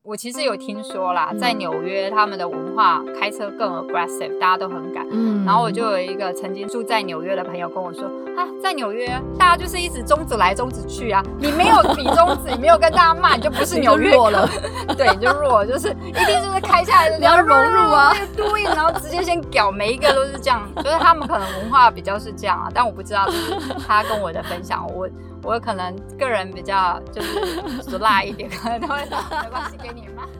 我其实有听说啦，在纽约他们的文化开车更 aggressive， 大家都很赶。然后我就有一个曾经住在纽约的朋友跟我说啊，在纽约大家就是一直中指来中指去啊，你没有比中指，你没有跟大家骂，你就不是纽约弱了。 对，你就弱了，就是一定就是开下来的你要融入啊， 对，然后直接先屌，每一个都是这样，就是他们可能文化比较是这样啊，但我不知道，就是他跟我的分享，我可能个人比较就是俗辣一点，可能都会没关系给你骂。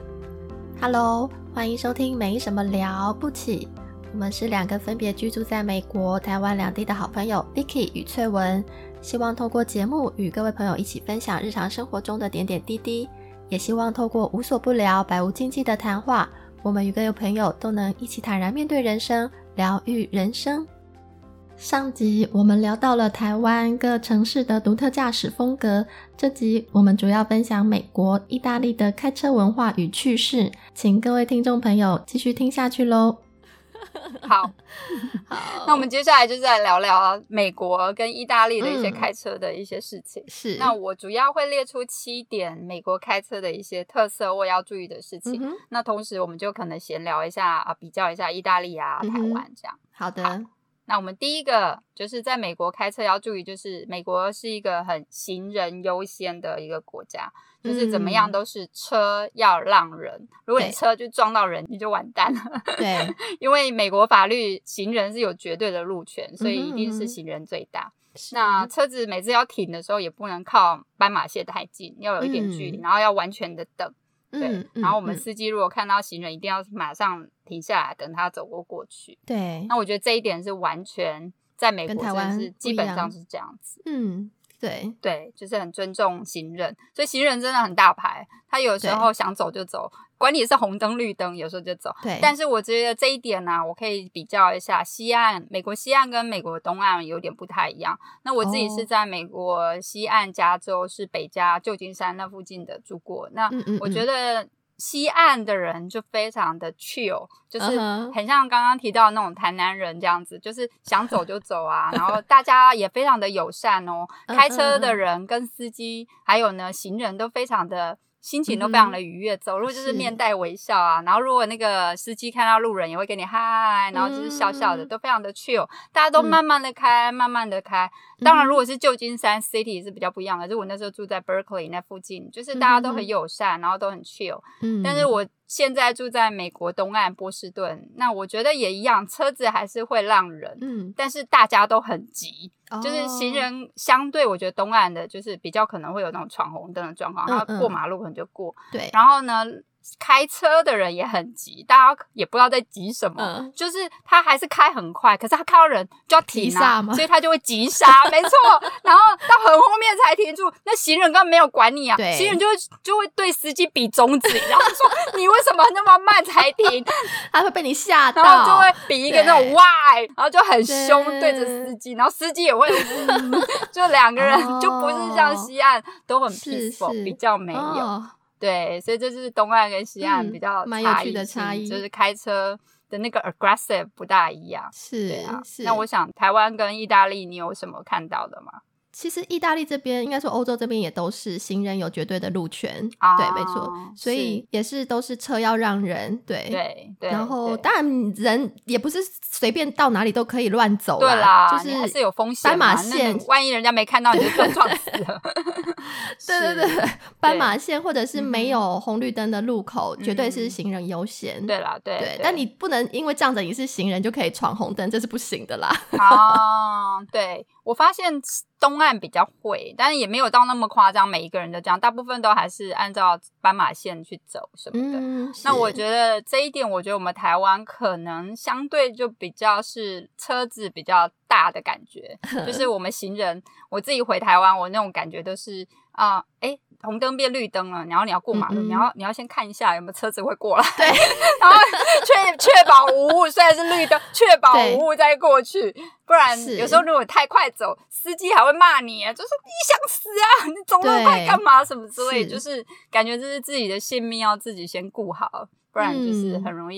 Hello， 欢迎收听没什么了不起，我们是两个分别居住在美国、台湾两地的好朋友 Vicky 与翠文，希望透过节目与各位朋友一起分享日常生活中的点点滴滴，也希望透过无所不聊、百无禁忌的谈话，我们与各位朋友都能一起坦然面对人生，疗愈人生。上集我们聊到了台湾各城市的独特驾驶风格，这集我们主要分享美国、意大利的开车文化与趣事，请各位听众朋友继续听下去咯。 好，那我们接下来就是来聊聊美国跟意大利的一些开车的一些事情。 是， 那我主要会列出7点美国开车的一些特色或要注意的事情。那同时我们就可能闲聊一下比较一下意大利啊、台湾这样。 好的。 那我们第一个就是在美国开车要注意，就是美国是一个很行人优先的一个国家，就是怎么样都是车要让人，如果你车就撞到人你就完蛋了。 对， 因为美国法律行人是有绝对的路权，所以一定是行人最大。那车子每次要停的时候也不能靠斑马线太近，要有一点距离，然后要完全的等。对，然后我们司机如果看到行人一定要马上停下来等他走过去。 对， 那我觉得这一点是完全在美国真的是基本上是这样子。 对， 就是很尊重行人，所以行人真的很大牌，他有时候想走就走，管你是红灯绿灯有时候就走。 对， 但是我觉得这一点呢，我可以比较一下西岸，美国西岸跟美国东岸有点不太一样。那我自己是在美国西岸加州，是北加旧金山那附近的住过。那我觉得西岸的人就非常的 chill， 就是很像刚刚提到的那种台南人这样子，就是想走就走啊，然后大家也非常的友善哦，开车的人跟司机还有呢行人都非常的心情都非常的愉悦，走路就是面带微笑啊，然后如果那个司机看到路人也会跟你嗨，然后就是笑笑的，都非常的 chill， 大家都慢慢的开，慢慢的开。当然如果是旧金山 city 是比较不一样的，就是我那时候住在 Berkeley 那附近，就是大家都很友善，然后都很 chill。但是我现在住在美国东岸波士顿，那我觉得也一样，车子还是会让人，但是大家都很急，就是行人相对我觉得东岸的就是比较可能会有那种闯红灯的状况，他过马路可能就过。对，然后呢开车的人也很急，大家也不知道在急什么，就是他还是开很快，可是他看到人就要停啊，所以他就会急刹，没错，然后到很后面才停住，那行人根本没有管你啊，行人就会对司机比中指，然后说你为什么那么慢才停， 他会被你吓到， 然后就会比一个那种 why， 然后就很凶对着司机，然后司机也会就两个人就不是像西岸都很 peaceful， 比较没有。对，所以这就是东岸跟西岸比较蛮有趣的差异， 就是开车的那个 aggressive 不大一样。 是， 对啊。那我想台湾跟意大利你有什么看到的吗？ 其实意大利这边应该说欧洲这边也都是行人有绝对的路权，对，没错，所以也是都是车要让人，对，然后当然人也不是随便到哪里都可以乱走啦， 对啦， 就是还是有风险斑马线， 万一人家没看到你就撞死了。 对，斑马线或者是没有红绿灯的路口，绝对是行人优先。 对啦，对， 但你不能因为仗着你是行人就可以闯红灯，这是不行的啦。 对，我发现东岸比较会，但是也没有到那么夸张，每一个人都这样，大部分都还是按照斑马线去走什么的。那我觉得这一点，我觉得我们台湾可能相对就比较是车子比较大的感觉，就是我们行人，我自己回台湾，我那种感觉都是红灯变绿灯了，然后你要过马路，你要先看一下有没有车子会过来，对，然后确保无误，虽然是绿灯，确保无误再过去，不然有时候如果太快走，司机还会骂你，就说你想死啊，你走那么快干嘛什么之类，就是感觉这是自己的性命要自己先顾好，不然就是很容易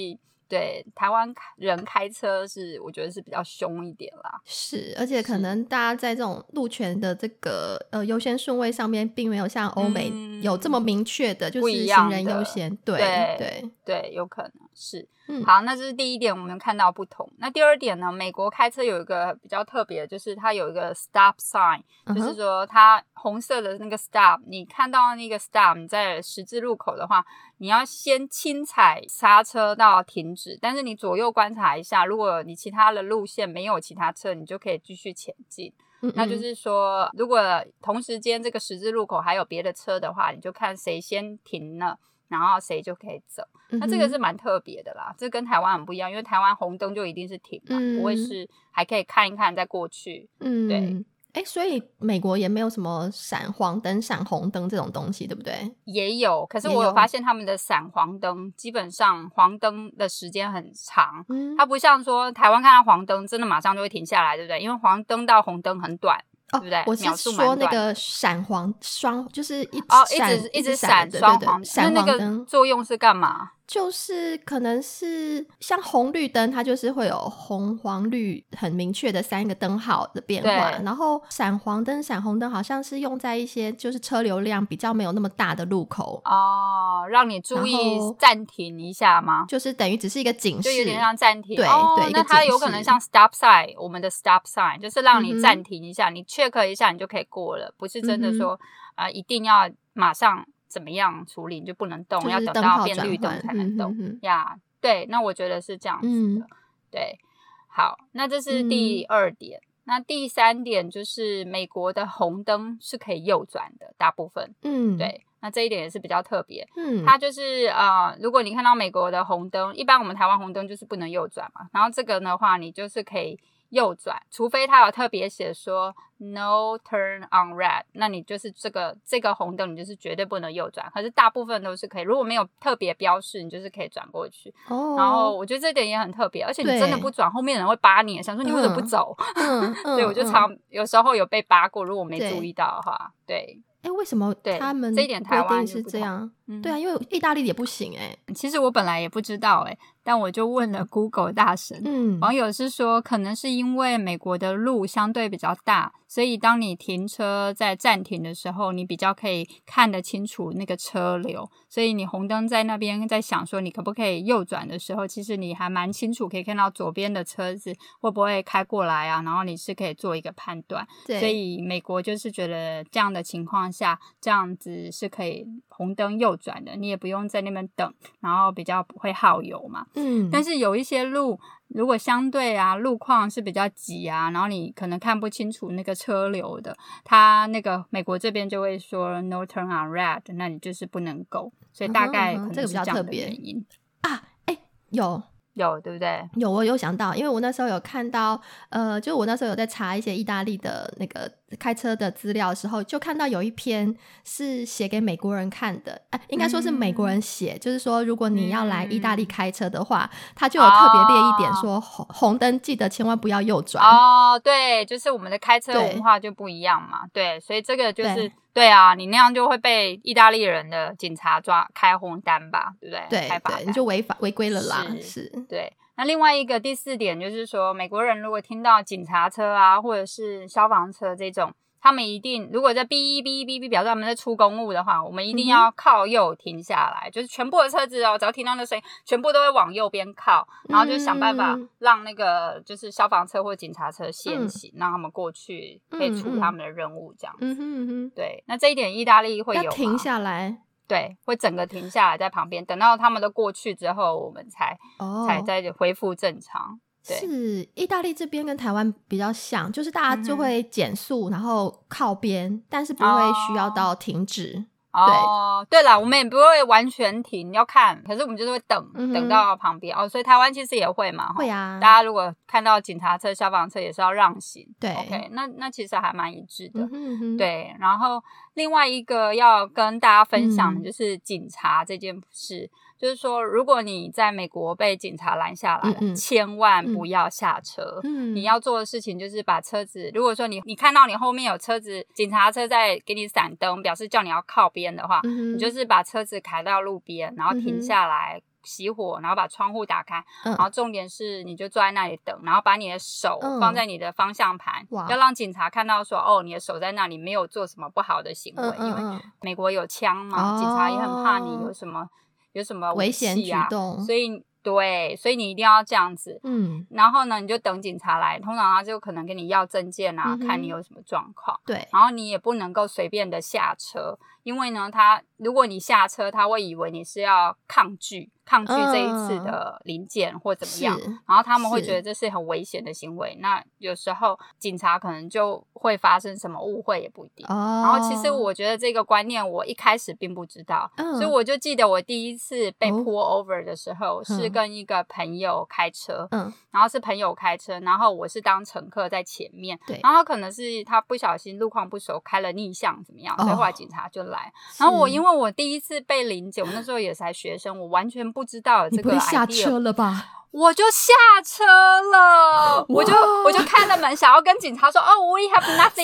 对，台湾人开车是我觉得是比较凶一点啦。 是，而且可能大家在这种路权的这个优先顺位上面，并没有像欧美有这么明确的，就是行人优先。 对，有可能是。好，那这是第一点，我们看到不同。那第二点呢，美国开车有一个比较特别的，就是它有一个 stop sign，就是说它红色的那个 stop， 你看到那个 stop， 你在十字路口的话，你要先轻踩刹车到停止，但是你左右观察一下，如果你其他的路线没有其他车，你就可以继续前进。那就是说，如果同时间这个十字路口还有别的车的话，你就看谁先停了，然后谁就可以走。那这个是蛮特别的啦，这跟台湾很不一样，因为台湾红灯就一定是停嘛，不会是还可以看一看再过去。对。 所以美国也没有什么闪黄灯、闪红灯这种东西，对不对？ 也有，可是我有发现他们的闪黄灯基本上黄灯的时间很长，它不像说台湾看到黄灯真的马上就会停下来，对不对？因为黄灯到红灯很短，对不对？ 我是说那个闪黄双，就是一直闪双黄， 闪黄灯那个作用是干嘛？ 就是可能是像红绿灯，它就是会有红黄绿很明确的3个灯号的变化，然后闪黄灯闪红灯好像是用在一些就是车流量比较没有那么大的路口让你注意暂停一下吗？ 就是等于只是一个警示， 就有点像暂停。 对， 那它有可能像 stop sign， 我们的 stop sign 就是让你暂停一下，你 check 一下你就可以过了，不是真的说一定要马上怎么样处理你就不能动，要等到变绿灯才能动呀。对，那我觉得是这样子的。对，好，那这是第二点。那第三点就是美国的红灯是可以右转的，大部分。对，那这一点也是比较特别。它就是如果你看到美国的红灯，一般我们台湾红灯就是不能右转嘛，然后这个的话你就是可以右转，除非他有特别写说 no turn on red， 那你就是这个红灯你就是绝对不能右转，可是大部分都是可以，如果没有特别标示你就是可以转过去。然后我觉得这点也很特别，而且你真的不转后面人会扒你，想说你为什么不走。对，我就有时候有被扒过，如果我没注意到的话。对， 为什么他们这一点台湾是这样？对啊，因为意大利也不行其实我本来也不知道但我就问了 Google 大神，网友是说可能是因为美国的路相对比较大，所以当你停车在暂停的时候，你比较可以看得清楚那个车流，所以你红灯在那边在想说你可不可以右转的时候，其实你还蛮清楚可以看到左边的车子会不会开过来啊，然后你是可以做一个判断。所以美国就是觉得这样的情况下，这样子是可以红灯右转的，你也不用在那边等，然后比较不会耗油嘛。但是有一些路如果相对路况是比较挤然后你可能看不清楚那个车流的，它那个美国这边就会说 no turn on red， 那你就是不能够，所以大概可能是这样的原因有对不对？ 有，我有想到，因为我那时候有看到就我那时候有在查一些意大利的那个开车的资料的时候，就看到有一篇是写给美国人看的，应该说是美国人写，就是说如果你要来意大利开车的话，他就有特别列一点说红灯记得千万不要右转。 对，就是我们的开车文化就不一样嘛。对，所以这个就是对啊，你那样就会被意大利人的警察开红单吧，对不对？ 对，你就违规了啦。是， 对。那另外一个第四点就是说，美国人如果听到警察车或者是消防车这种，他们一定如果在哔哔哔哔表示他们在出公务的话，我们一定要靠右停下来，就是全部的车子只要听到那声音，全部都会往右边靠，然后就想办法让那个就是消防车或警察车先行，让他们过去可以处理他们的任务这样子。对，那这一点意大利会有要停下来。 对，会整个停下来在旁边，等到他们都过去之后，我们才再恢复正常。对， 是意大利这边跟台湾比较像，就是大家就会减速，然后靠边，但是不会需要到停止。 对啦，我们也不会完全停，要看，可是我们就是会等到旁边所以台湾其实也会嘛。 会啊， 大家如果看到警察车、消防车也是要让行。 对 ，OK， 那其实还蛮一致的。对，然后另外一个要跟大家分享的就是警察这件事。就是说如果你在美国被警察拦下来了，千万不要下车。你要做的事情就是把车子，如果说你看到你后面有车子，警察车在给你闪灯表示叫你要靠边的话，你就是把车子开到路边，然后停下来熄火，然后把窗户打开，然后重点是你就坐在那里等，然后把你的手放在你的方向盘，要让警察看到说哦，你的手在那里，没有做什么不好的行为，因为美国有枪嘛，警察也很怕你有什么危险举动， 所以你一定要这样子。然后呢，你就等警察来，通常他就可能跟你要证件啊，看你有什么状况。 对， 然后你也不能够随便的下车，因为呢，如果你下车，他会以为你是要抗拒这一次的临检或怎么样，然后他们会觉得这是很危险的行为。那有时候警察可能就会发生什么误会也不一定。然后其实我觉得这个观念我一开始并不知道，所以我就记得我第一次被 pull over 的时候是跟一个朋友开车，然后是朋友开车，然后我是当乘客在前面，然后可能是他不小心路况不熟开了逆向怎么样，所以后来警察就来。然后因为我第一次被临检，我那时候也才学生，我完全不知道有这个 idea。 你不会下车了吧？ 我就下车了，我就开了门，想要跟警察说we have nothing,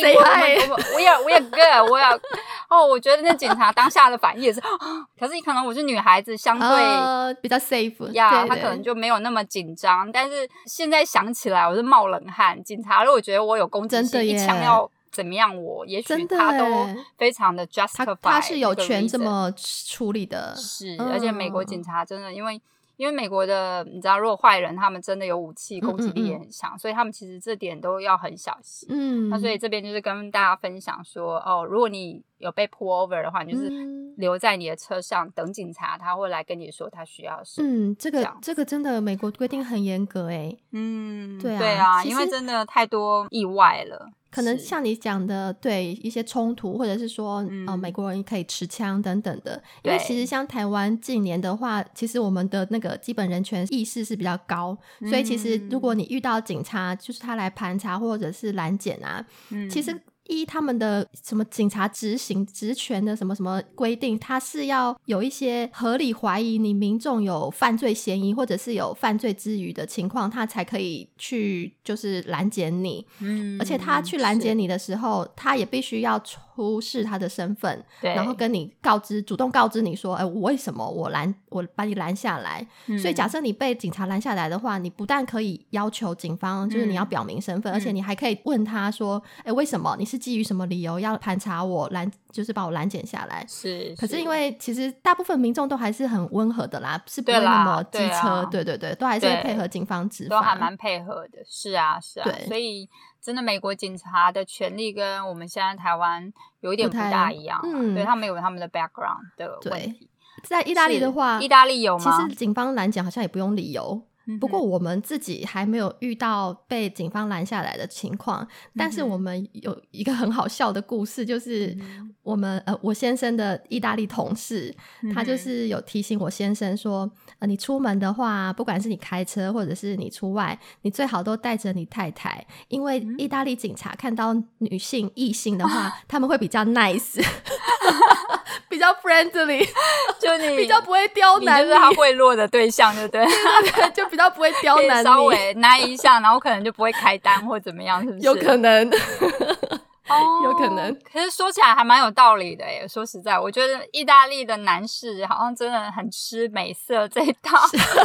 we are good, 我觉得那警察当下的反应也是可是可能我是女孩子，相对比较 safe 他可能就没有那么紧张。但是现在想起来我是冒冷汗，警察如果觉得我有攻击性，一枪要怎么样，我也许他都非常的 justify， 他是有权这么处理的。 是，而且美国警察真的因为美国的你知道，如果坏人他们真的有武器，攻击力也很强，所以他们其实这点都要很小心。那所以这边就是跟大家分享说如果你有被 pull over 的话，你就是留在你的车上等警察，他会来跟你说他需要什么。 这个真的美国规定很严格对啊，因为真的太多意外了。 可能像你讲的，对一些冲突，或者是说美国人可以持枪等等的。因为其实像台湾近年的话，其实我们的那个基本人权意识是比较高，所以其实如果你遇到警察，就是他来盘查或者是拦检啊，其实依他们的什么警察执权的什么什么规定，他是要有一些合理怀疑你民众有犯罪嫌疑或者是有犯罪之余的情况，他才可以去就是拦检你。而且他去拦检你的时候，他也必须要出示他的身份，然后跟你主动告知你说为什么我把你拦下来。所以假设你被警察拦下来的话，你不但可以要求警方就是你要表明身份，而且你还可以问他说为什么你是基于什么理由要盘查我就是把我拦检下来。可是因为其实大部分民众都还是很温和的啦，是不会那么机车。对，都还是会配合警方执法， 都还蛮配合的。是啊，所以真的美国警察的权力跟我们现在台湾有一点不大一样。对，他们有他们的 background 的问题。 在意大利的话， 意大利有吗？ 其实警方拦检好像也不用理由。不过我们自己还没有遇到被警方拦下来的情况，但是我们有一个很好笑的故事，就是我先生的意大利同事，他就是有提醒我先生说你出门的话，不管是你开车或者是你出外，你最好都带着你太太，因为意大利警察看到异性的话他们会比较 nice 比较 friendly， 就你比较不会刁难你就是他贿赂的对象，对不对？ 对，就比较不会刁难你， 稍微拿一下，然后可能就不会开单或怎么样，是不是？ 有可能有可能。 可是说起来还蛮有道理的耶。说实在，我觉得意大利的男士好像真的很吃美色这一套。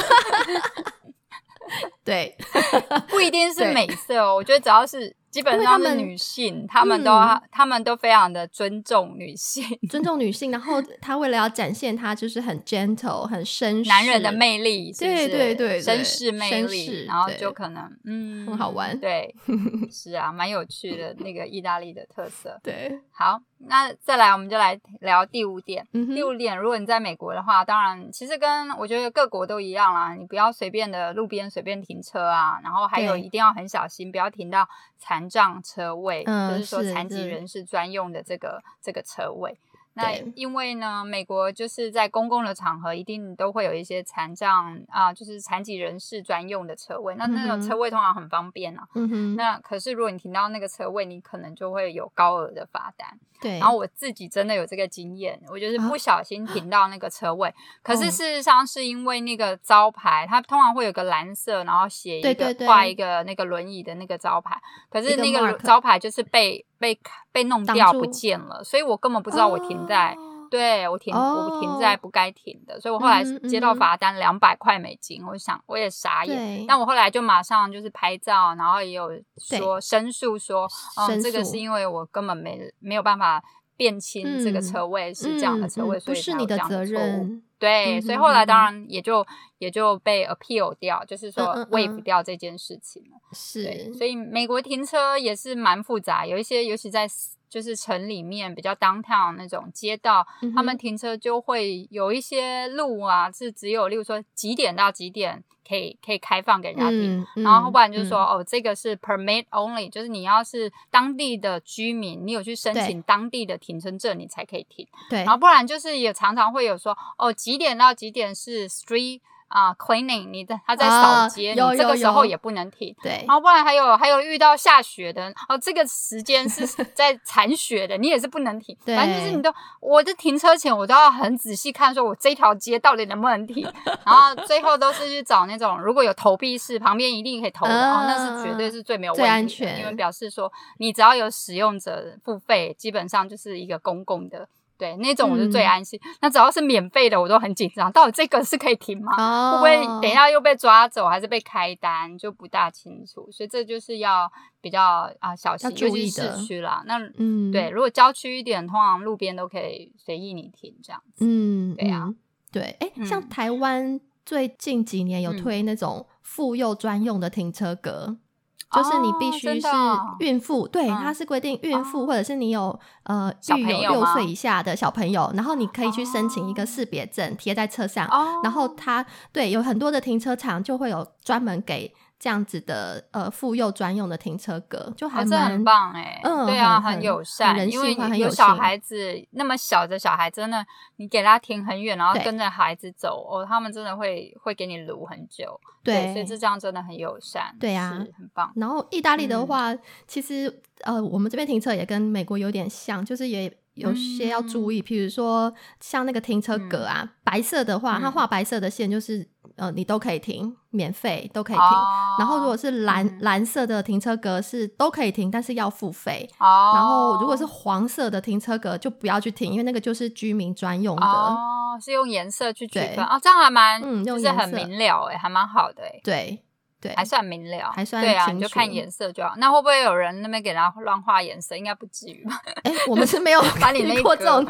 对， 不一定是美色我觉得只要是基本上是女性，他们都非常的尊重女性， 然后他为了要展现他就是很 gentle 很绅士男人的魅力，是不是？ 对， 绅士魅力，然后就可能很好玩。 对是啊，蛮有趣的那个意大利的特色。 对， 好，那再来我们就来聊第5点。第5点，如果你在美国的话，当然其实跟我觉得各国都一样啦，你不要随便的路边随便停车啊，然后还有一定要很小心，不要停到残障车位，就是说残疾人士专用的这个车位。那因为呢，美国就是在公共的场合一定都会有一些残障就是残疾人士专用的车位，那种车位通常很方便啊。那可是如果你停到那个车位，你可能就会有高额的罚单。 对， 然后我自己真的有这个经验，我就是不小心停到那个车位，可是事实上是因为那个招牌它通常会有个蓝色，然后写一个画一个那个轮椅的那个招牌，可是那个招牌就是被弄掉不见了，所以我根本不知道我停在对，我停在不该停的，所以我后来接到罚单200块美金，我想我也傻眼，但我后来就马上就是拍照，然后也有说申诉说，这个是因为我根本没有办法辨清这个车位是这样的车位，所以才有这样的错误。对，所以后来当然也就被 appeal 掉，就是说 waive 掉这件事情了。 是， 所以美国停车也是蛮复杂，有一些尤其在就是城里面比较 downtown 那种街道，他们停车就会有一些路啊是只有例如说几点到几点可以开放给人家停，然后不然就是说这个是 permit only， 就是你要是当地的居民，你有去申请当地的停车证你才可以停。 对， 然后不然就是也常常会有说几点到几点是 street cleaning， 他在扫街，你这个时候也不能停。 对， 然后不然还有遇到下雪的，这个时间是在铲雪的，你也是不能停。反正就是我的停车前我都要很仔细看，说我这条街到底能不能停。然后最后都是去找那种如果有投币式，旁边一定可以投的，那是绝对是最没有问题的， 最安全， 因为表示说你只要有使用者付费，基本上就是一个公共的。对，那种我就最安心。那只要是免费的我都很紧张，到底这个是可以停吗？会不会等一下又被抓走还是被开单，就不大清楚。所以这就是要比较小心，尤其是市区啦。那对，如果郊区一点，通常路边都可以随意你停这样子。 对啊，对。像台湾最近几年有推那种妇幼专用的停车格。就是你必须是孕妇，对，它是规定孕妇或者是你有育有6岁以下的小朋友，然后你可以去申请一个识别证贴在车上，然后它对有很多的停车场就会有专门给这样子的妇幼专用的停车格，就还蛮这很棒对啊，很友善， 人性化，很有小孩子那么小的小孩，真的你给他停很远，然后跟着孩子走他们真的会给你撸很久。对，所以这样真的很友善。 对啊， 很棒。 然后意大利的话，其实我们这边停车也跟美国有点像，就是也有些要注意，比如说像那个停车格啊，白色的话，它画白色的线就是你都可以停，免费都可以停。然后如果是蓝色的停车格是都可以停，但是要付费。然后如果是黄色的停车格就不要去停，因为那个就是居民专用的。 是用颜色去区分这样还蛮就是很明了还蛮好的对， 还算明了， 还算对啊，你就看颜色就好。那会不会有人那边给他乱画颜色？应该不至于吧？ 我们是没有把你那过这种。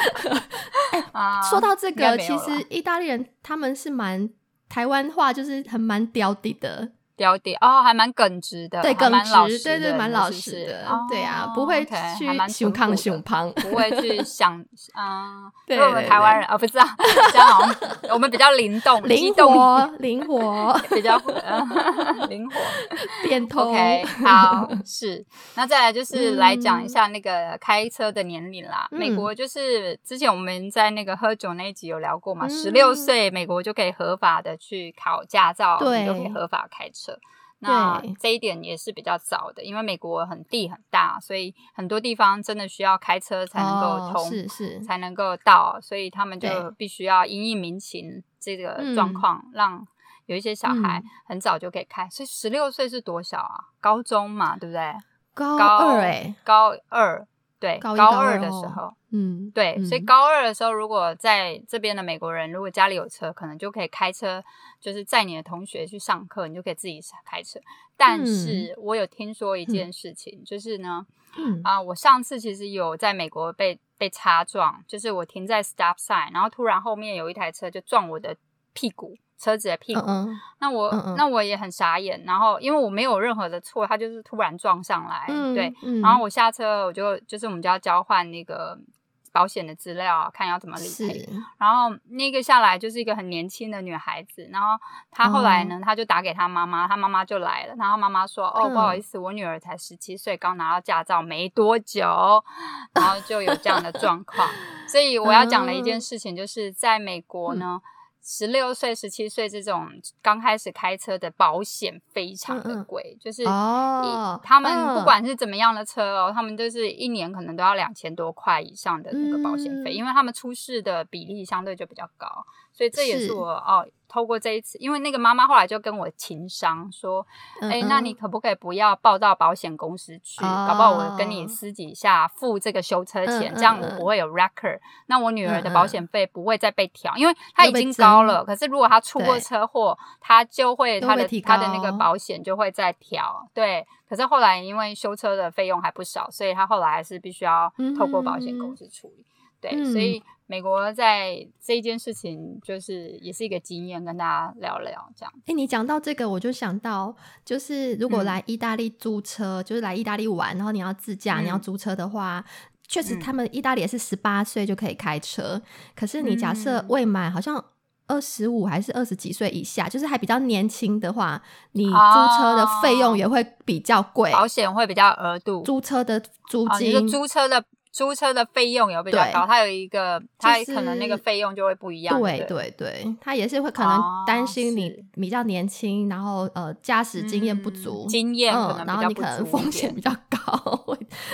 说到这个，其实意大利人他们是蛮台湾话，就是很蛮刁地的。 刁地还蛮耿直的， 对，耿直， 对， 蛮老实的，对啊，不会去熊胖熊胖， 不会去想因为我们台湾人不是这样好像我们比较灵动灵活比较灵活变通。 OK， 好，是。那再来就是来讲一下那个开车的年龄啦。美国就是之前我们在那个喝酒那一集有聊过嘛，16岁美国就可以合法的去考驾照，你就可以合法开车。那这一点也是比较早的，因为美国地很大，所以很多地方真的需要开车才能够通，才能够到，所以他们就必须要因应民情这个状况，让有一些小孩很早就可以开。所以16岁是多小啊？高中嘛，对不对？ 高2 高2，对，高2的时候。对，所以高2的时候，如果在这边的美国人，如果家里有车，可能就可以开车，就是载你的同学去上课，你就可以自己开车。但是我有听说一件事情，就是呢，我上次其实有在美国被擦撞，就是我停在 stop sign， 然后突然后面有一台车就撞我的屁股。车子的屁股，那我也很傻眼，然后因为我没有任何的错，他就是突然撞上来，对，然后我下车我就是我们就要交换那个保险的资料，看要怎么理赔。然后那个下来就是一个很年轻的女孩子，然后她后来呢，她就打给她妈妈，她妈妈就来了，然后妈妈说不好意思，我女儿才17岁，刚拿到驾照没多久，然后就有这样的状况。所以我要讲的一件事情就是在美国呢16岁17岁这种刚开始开车的保险非常的贵，就是他们不管是怎么样的车他们就是一年可能都要2000多块以上的那个保险费，因为他们出事的比例相对就比较高，所以这也是我透过这一次，因为那个妈妈后来就跟我情商说那你可不可以不要报到保险公司去，搞不好我跟你私底下付这个修车钱，这样我不会有 record，那我女儿的保险费不会再被调，因为她已经高了，可是如果她出过车祸，她就会她的那个保险就会再调，对。可是后来因为修车的费用还不少，所以她后来还是必须要透过保险公司处理，对，所以美国在这一件事情就是也是一个经验，跟大家聊聊这样。 你讲到这个我就想到，就是如果来意大利租车，就是来意大利玩，然后你要自驾，你要租车的话，确实他们意大利也是18岁就可以开车，可是你假设未满好像25还是20几岁以下，就是还比较年轻的话，你租车的费用也会比较贵， 保险会比较额度， 租车的租金， 你说租车的费用有比较高，它有一个，它可能那个费用就会不一样。 对对对，它也是会可能担心你比较年轻，然后驾驶经验不足， 经验可能比较不足， 然后你可能风险比较高。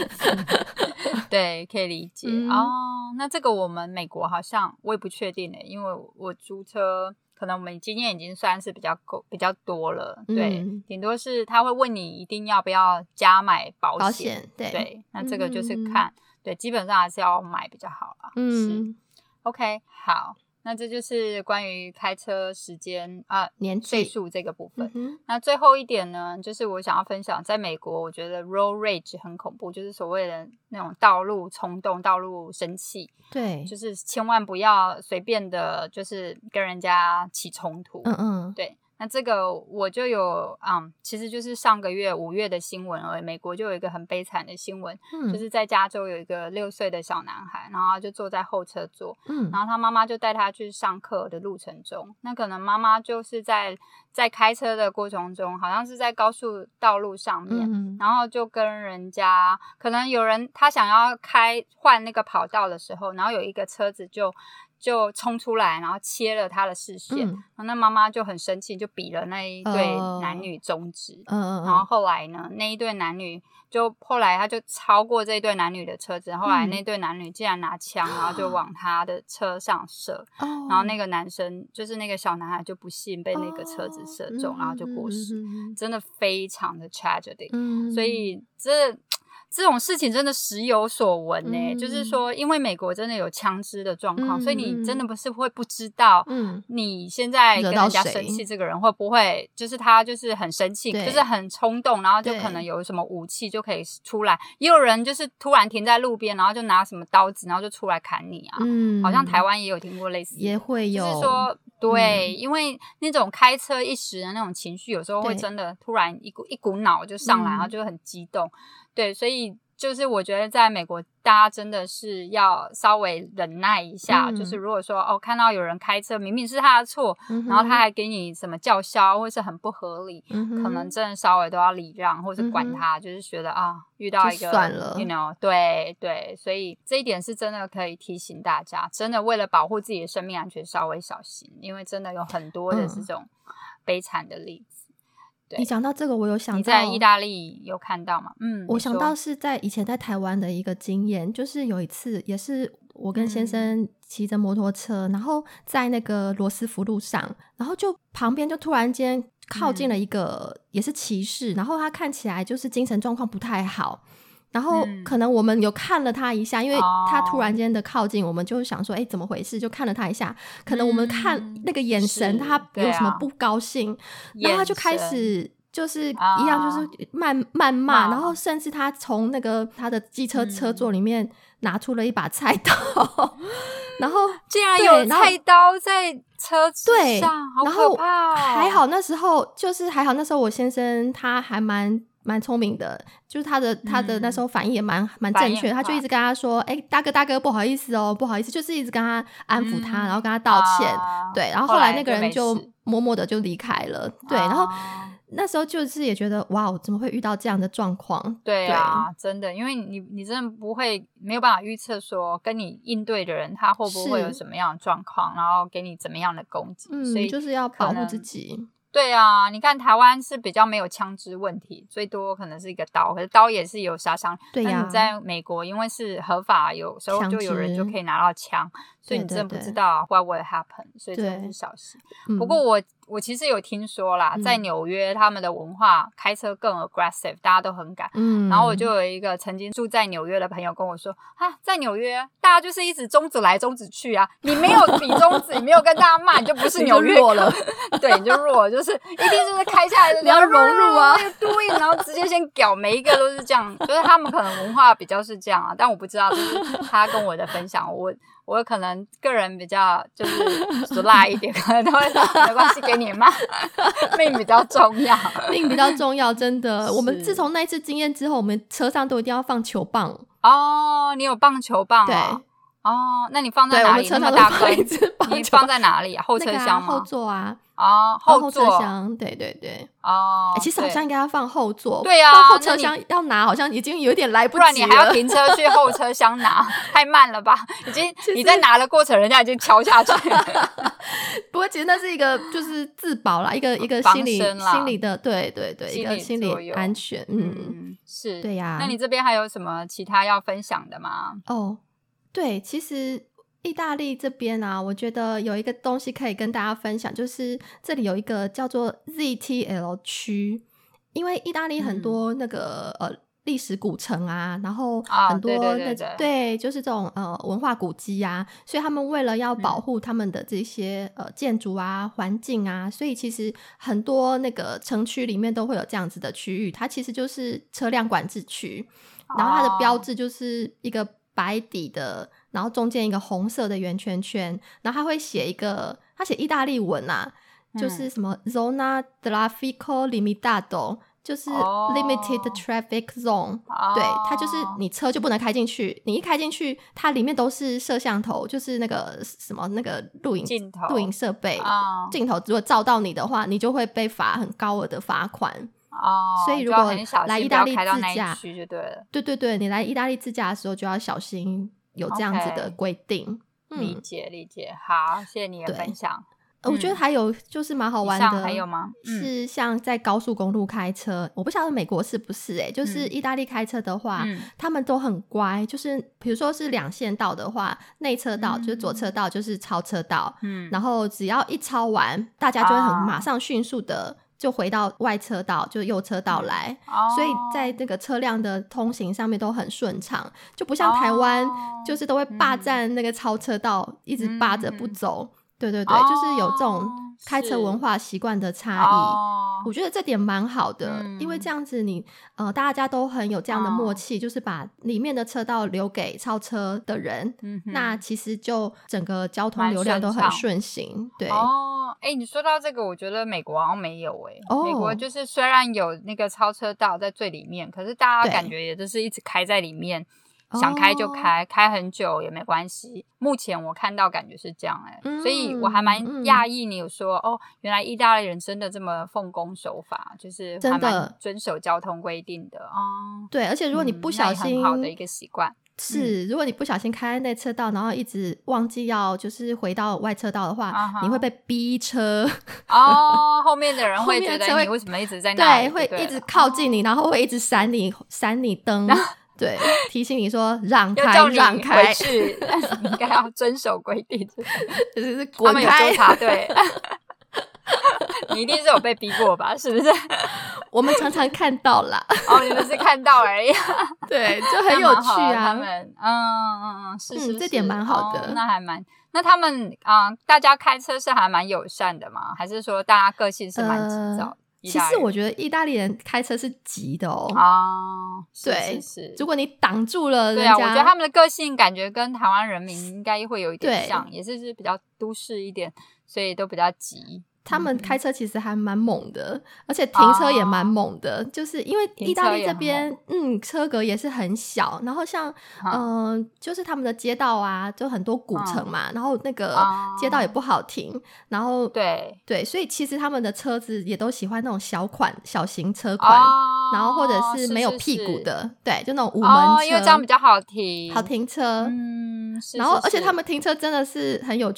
对，可以理解。那这个我们美国好像我也不确定耶，因为我租车可能我们经验已经算是比较多了，对，顶多是他会问你一定要不要加买保险，对，那这个就是看，对，基本上还是要买比较好啦。是 OK， 好，那这就是关于开车时间年岁数这个部分。那最后一点呢，就是我想要分享，在美国我觉得 road rage 很恐怖，就是所谓的那种道路冲动、道路生气， 对， 就是千万不要随便的就是跟人家起冲突。对，那这个我就有其实就是上个月5月的新闻而已，美国就有一个很悲惨的新闻，就是在加州有一个6岁的小男孩，然后他就坐在后车座，然后他妈妈就带他去上课的路程中，那可能妈妈就是在开车的过程中，好像是在高速道路上面，然后就跟人家，可能有人他想要换那个跑道的时候，然后有一个车子就冲出来，然后切了他的视线，然后那妈妈就很生气，就比了那一对男女中指，然后后来呢，那一对男女后来他就超过这一对男女的车子，后来那对男女竟然拿枪，然后就往他的车上射，然后那个男生就是那个小男孩就不幸被那个车子射中，然后就过世，真的非常的 tragedy，所以这种事情真的时有所闻就是说因为美国真的有枪支的状况，所以你真的不是会不知道你现在跟人家生气，这个人会不会就是他就是很生气，就是很冲动，然后就可能有什么武器就可以出来，也有人就是突然停在路边，然后就拿什么刀子然后就出来砍你啊，好像台湾也有听过类似的， 也会有， 就是说对，因为那种开车一时的那种情绪有时候会真的突然一股脑就上来，然后就很激动，对，所以就是我觉得在美国大家真的是要稍微忍耐一下，就是如果说看到有人开车明明是他的错，然后他还给你什么叫嚣或是很不合理，可能真的稍微都要礼让或是管他，就是觉得遇到一个算了 you know， 对，所以这一点是真的可以提醒大家，真的为了保护自己的生命安全稍微小心，因为真的有很多的这种悲惨的例子。 你讲到这个我有想到， 你在意大利有看到吗？ 我想到是在以前在台湾的一个经验，就是有一次也是我跟先生骑着摩托车，然后在那个罗斯福路上，然后就旁边就突然间靠近了一个也是骑士，然后他看起来就是精神状况不太好，然后可能我们有看了他一下，因为他突然间的靠近，我们就想说怎么回事，就看了他一下，可能我们看那个眼神他有什么不高兴，然后他就开始就是一样就是谩骂，然后甚至他从那个他的机车车座里面拿出了一把菜刀然后竟然有菜刀在车子上，好可怕还好那时候我先生他还蛮聪明的，就是他的那时候反应也蛮正确的，他就一直跟他说大哥不好意思不好意思，就是一直跟他安抚他，然后跟他道歉，对，然后后来那个人就默默的就离开了，对，然后那时候就是也觉得哇，怎么会遇到这样的状况？ 对啊，真的，因为你真的没有办法预测说跟你应对的人他会不会有什么样的状况，然后给你怎么样的攻击，所以就是要保护自己。 对啊，你看台湾是比较没有枪支问题，最多可能是一个刀，可是刀也是有杀伤。 对呀， 那你在美国因为是合法，有时候就有人就可以拿到枪，所以你真的不知道 what will happen， 所以真的是小心。不过我其实有听说啦，在纽约他们的文化开车更 aggressive， 大家都很赶。然后我就有一个曾经住在纽约的朋友跟我说在纽约大家就是一直中指来中指去啊，你没有比中指，你没有跟大家骂，你就不是纽约弱了。 对，你就弱了，就是一定就是开下来的你要融入啊然后直接先屌，每一个都是这样，就是他们可能文化比较是这样啊，但我不知道，就是他跟我的分享，我可能个人比较就是俗辣一点，可能他会说没关系，给你骂，命比较重要， 命比较重要，真的。我们自从那一次经验之后，我们车上都一定要放球棒。 哦，你有棒球棒对。 哦，那你放在哪里？ 那么大根，你放在哪里啊？后车厢吗？ 后座啊。 后座车厢，对对对。 其实好像应该要放后座。 对啊， 放后车厢要拿，好像已经有点来不及了。 不然你还要停车去后车厢拿，太慢了吧？你在拿的过程，人家已经敲下去了。 不过其实那是一个就是自保啦，一个心理的，对对对，一个心理安全。 是， 对呀。 那你这边还有什么其他要分享的吗？ 对，其实意大利这边啊，我觉得有一个东西可以跟大家分享，就是这里有一个叫做 ZTL 区，因为意大利很多那个历史古城啊，然后很多对，就是这种文化古迹啊，所以他们为了要保护他们的这些建筑啊、环境啊，所以其实很多那个城区里面都会有这样子的区域，它其实就是车辆管制区，然后它的标志就是一个白底的，然后中间一个红色的圆圈圈，然后他会写他写意大利文啊，就是什么 Zona Traffico Limitato， 就是 Limited Traffic Zone，对，它就是你车就不能开进去，你一开进去，它里面都是摄像头，就是那个什么那个录影设备，镜头如果照到你的话，你就会被罚很高额的罚款。所以如果来意大利自驾，对对对，你来意大利自驾的时候就要小心有这样子的规定。 理解，好，谢谢你的分享。 我觉得还有就是蛮好玩的， 还有吗？ 是像在高速公路开车，我不晓得美国是不是就是意大利开车的话，他们都很乖，就是比如说是两线道的话，内车道就是左车道就是超车道，然后只要一超完，大家就会马上迅速的就回到外车道，就右车道来，所以在这个车辆的通行上面都很顺畅，就不像台湾就是都会霸占那个超车道，一直霸着不走。对对对，就是有这种开车文化习惯的差异，我觉得这点蛮好的，因为这样子你大家都很有这样的默契，就是把里面的车道留给超车的人，那其实就整个交通流量都很顺行。对你说到这个，我觉得美国好像没有美国就是虽然有那个超车道在最里面，可是大家感觉也就是一直开在里面，想开就开很久也没关系。目前我看到感觉是这样所以我还蛮讶异你有说原来意大利人真的这么奉公守法，就是还蛮遵守交通规定的对，而且如果你不小心， 很好的一个习惯。 是，如果你不小心开内车道，然后一直忘记要就是回到外车道的话，你会被逼车后面的人会觉得你为什么一直在那里， 对，会一直靠近你，然后会一直闪你灯对，提醒你说让开让开， 回去你应该要遵守规定， 就是滚开， 他们有纠察队你一定是有被逼过吧，是不是？ 我们常常看到啦你们是看到而已对，就很有趣啊， 他们是这点蛮好的那他们大家开车是还蛮友善的吗？还是说大家个性是蛮急躁其实我觉得意大利人开车是急的对，如果你挡住了人家， 对我觉得他们的个性感觉跟台湾人民应该会有一点像，也是比较都市一点，所以都比较急。 他们开车其实还蛮猛的，而且停车也蛮猛的，就是因为意大利这边车格也是很小，然后像就是他们的街道啊就很多古城嘛，然后那个街道也不好停，然后对，所以其实他们的车子也都喜欢那种小型车款，然后或者是没有屁股的，对，就那种五门车， 因为这样比较好停车然后而且他们停车真的是很有趣，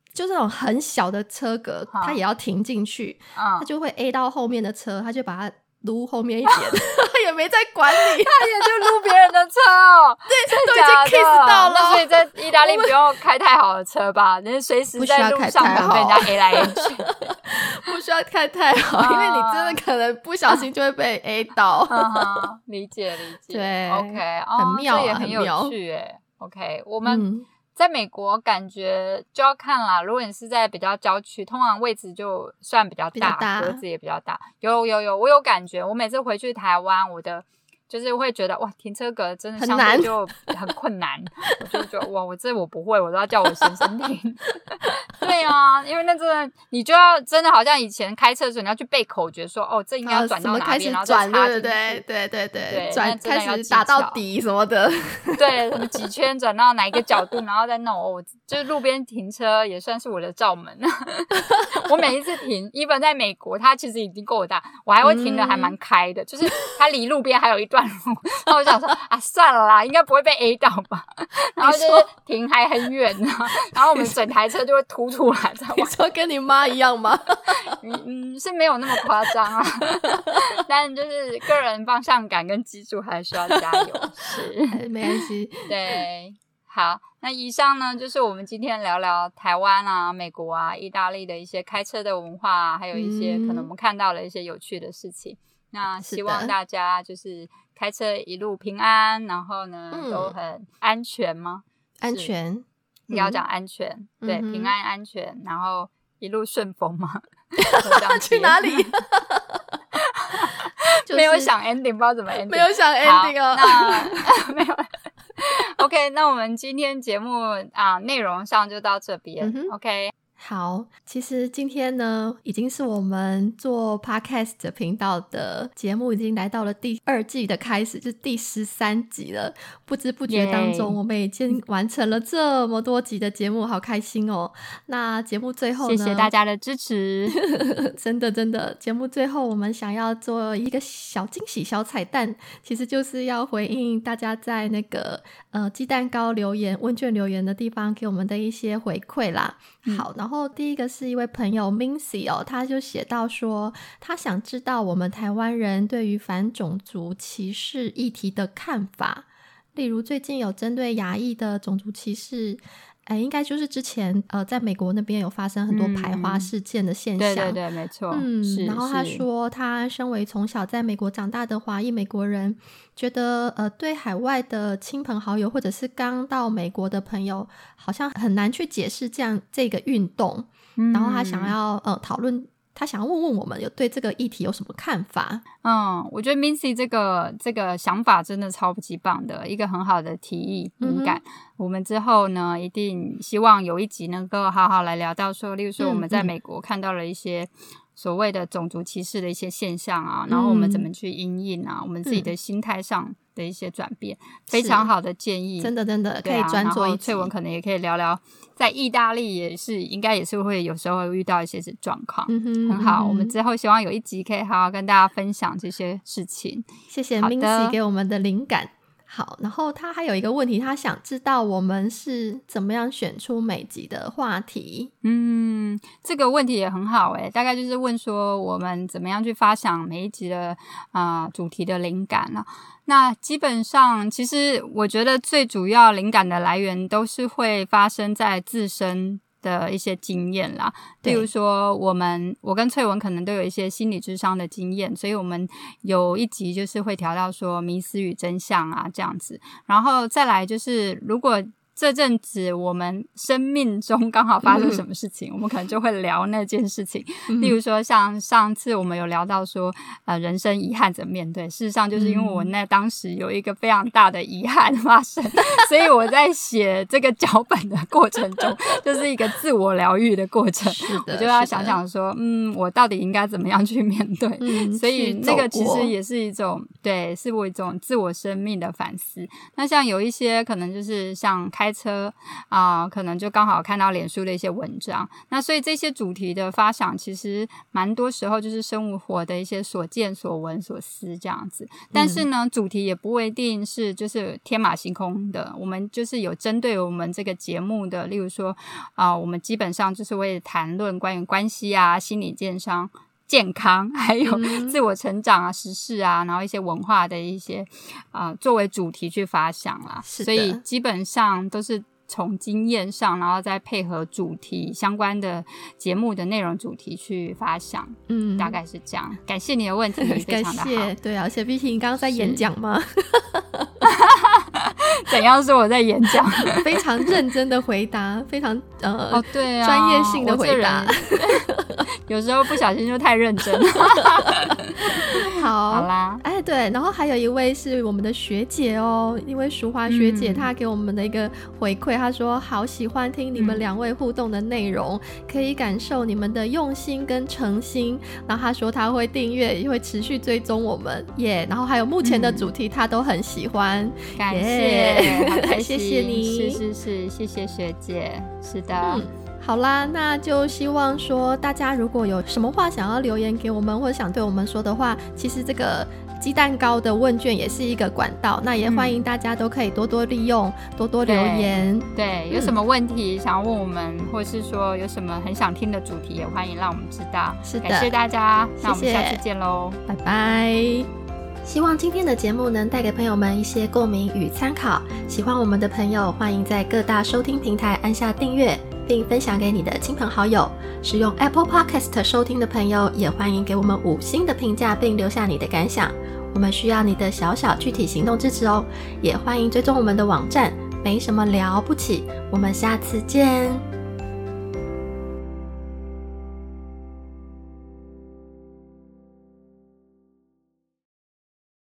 就是那种很小的车格，他也要停进去，他就会 A 到后面的车，他就把它撸后面一点，他也没在管你， 他也就撸别人的车哦。 对，都已经 kiss 到了。 那所以在意大利不用开太好的车吧？你随时在路上可能被人家 A 来 A 去， 不需要开太好，因为你真的可能不小心就会被 A 到。 理解。 对 ，OK， 很妙啊， 这也很有趣耶。OK， 我们在美国感觉就要看啦，如果你是在比较郊区，通常位置就算比较大，格子也比较大。有，我有感觉，我每次回去台湾，我的就是会觉得哇，停车格真的相对就很困难。我就觉得哇，我不会，我都要叫我先生停。对啊，因为那真的你就要真的好像以前开车的时候，你要去背口诀说这应该要转到哪边，然后再插进去。 对，转开始打到底什么的。 对，什么几圈转到哪一个角度，然后再弄。就是路边停车也算是我的罩门。我每一次停，even在美国，它其实已经够大，我还会停得还蛮开的，就是它离路边还有一段路。然后我想说算了啦，应该不会被 A 到吧。然后就是停还很远呢，然后我们整台车就会凸出来。 你说跟你妈一样吗？ 是没有那么夸张啊，但就是个人方向感跟技术还需要加油。是， 没关系。 对，好，那以上呢就是我们今天聊聊台湾啊、美国啊、意大利的一些开车的文化啊，还有一些可能我们看到了一些有趣的事情。那希望大家就是开车一路平安，然后呢都很安全吗？ 安全， 你要讲安全，对，平安安全，然后一路顺风吗？ 去哪里？ 没有想 ending， 不知道怎么 ending， 没有想 ending 哦。 那没有。OK， 那我们今天节目内容上就到这边。OK。 好，其实今天呢已经是我们做 podcast 频道的节目已经来到了第2季的开始，就是第13集了。不知不觉当中我们已经完成了这么多集的节目，好开心哦。那节目最后呢， 谢谢大家的支持。 真的节目最后我们想要做一个小惊喜小彩蛋，其实就是要回应大家在那个鸡蛋糕留言问卷留言的地方给我们的一些回馈啦。好，然后第一个是一位朋友 Mincy 他就写到说他想知道我们台湾人对于反种族歧视议题的看法，例如最近有针对亚裔的种族歧视，应该就是之前在美国那边有发生很多排华事件的现象。 对，没错。 然后他说他身为从小在美国长大的华裔美国人，觉得对海外的亲朋好友或者是刚到美国的朋友好像很难去解释这个运动。然后他想要讨论，他想要问问我们有对这个议题有什么看法。 我觉得 Mincy 这个想法真的超级棒的，一个很好的提议灵感。我们之后呢一定希望有一集能够好好来聊到说，例如说我们在美国看到了一些所谓的种族歧视的一些现象啊，然后我们怎么去因应啊，我们自己的心态上的一些转变。非常好的建议， 真的可以专做一集。 翠文可能也可以聊聊在意大利应该也是会有时候会遇到一些状况。很好，我们之后希望有一集可以好好跟大家分享这些事情。 谢谢 Mincy 给我们的灵感。好，然后他还有一个问题，他想知道我们是怎么样选出每集的话题。 这个问题也很好大概就是问说我们怎么样去发想每一集的主题的灵感呢？那基本上其实我觉得最主要灵感的来源都是会发生在自身的一些经验啦，例如说我跟翠文可能都有一些心理諮商的经验，所以我们有一集就是会调到说迷思与真相啊这样子。然后再来就是如果这阵子我们生命中刚好发生什么事情，我们可能就会聊那件事情。例如说像上次我们有聊到说人生遗憾怎么面对，事实上就是因为我当时有一个非常大的遗憾发生，所以我在写这个脚本的过程中就是一个自我疗愈的过程。我就要想想说我到底应该怎么样去面对。所以那个其实也是一种是我一种自我生命的反思。那像有一些可能就是像开开车可能就刚好看到脸书的一些文章。那所以这些主题的发想其实蛮多时候就是生活的一些所见所闻所思这样子。但是呢主题也不一定是就是天马行空的，我们就是有针对我们这个节目的，例如说我们基本上就是会谈论关于关系心理健康还有自我成长时事然后一些文化的一些作为主题去发想啦。所以基本上都是从经验上，然后再配合主题相关的节目的内容主题去发想。大概是这样。感谢你的问题，非常的好。 感谢。对啊，而且毕竟你刚刚在演讲吗？ 怎样是我在演讲？ 非常认真的回答，非常对专业性的回答。 有时候不小心就太认真。 好啦， 对，然后还有一位是我们的学姐一位淑华学姐，她给我们的一个回馈，她说好喜欢听你们两位互动的内容，可以感受你们的用心跟诚心。然后她说她会订阅，也会持续追踪我们然后还有目前的主题她都很喜欢。 感谢，好开心。 谢谢你。 是，谢谢学姐。是的。 好啦，那就希望说大家如果有什么话想要留言给我们，或者想对我们说的话，其实这个鸡蛋糕的问卷也是一个管道，那也欢迎大家都可以多多利用，多多留言。 对，有什么问题想要问我们，或是说有什么很想听的主题，也欢迎让我们知道。 是的， 感谢大家，那我们下次见咯， 拜拜。希望今天的节目能带给朋友们一些共鸣与参考。喜欢我们的朋友，欢迎在各大收听平台按下订阅，并分享给你的亲朋好友。使用 Apple Podcast 收听的朋友，也欢迎给我们5星的评价，并留下你的感想。我们需要你的小小具体行动支持也欢迎追踪我们的网站，没什么了不起。我们下次见。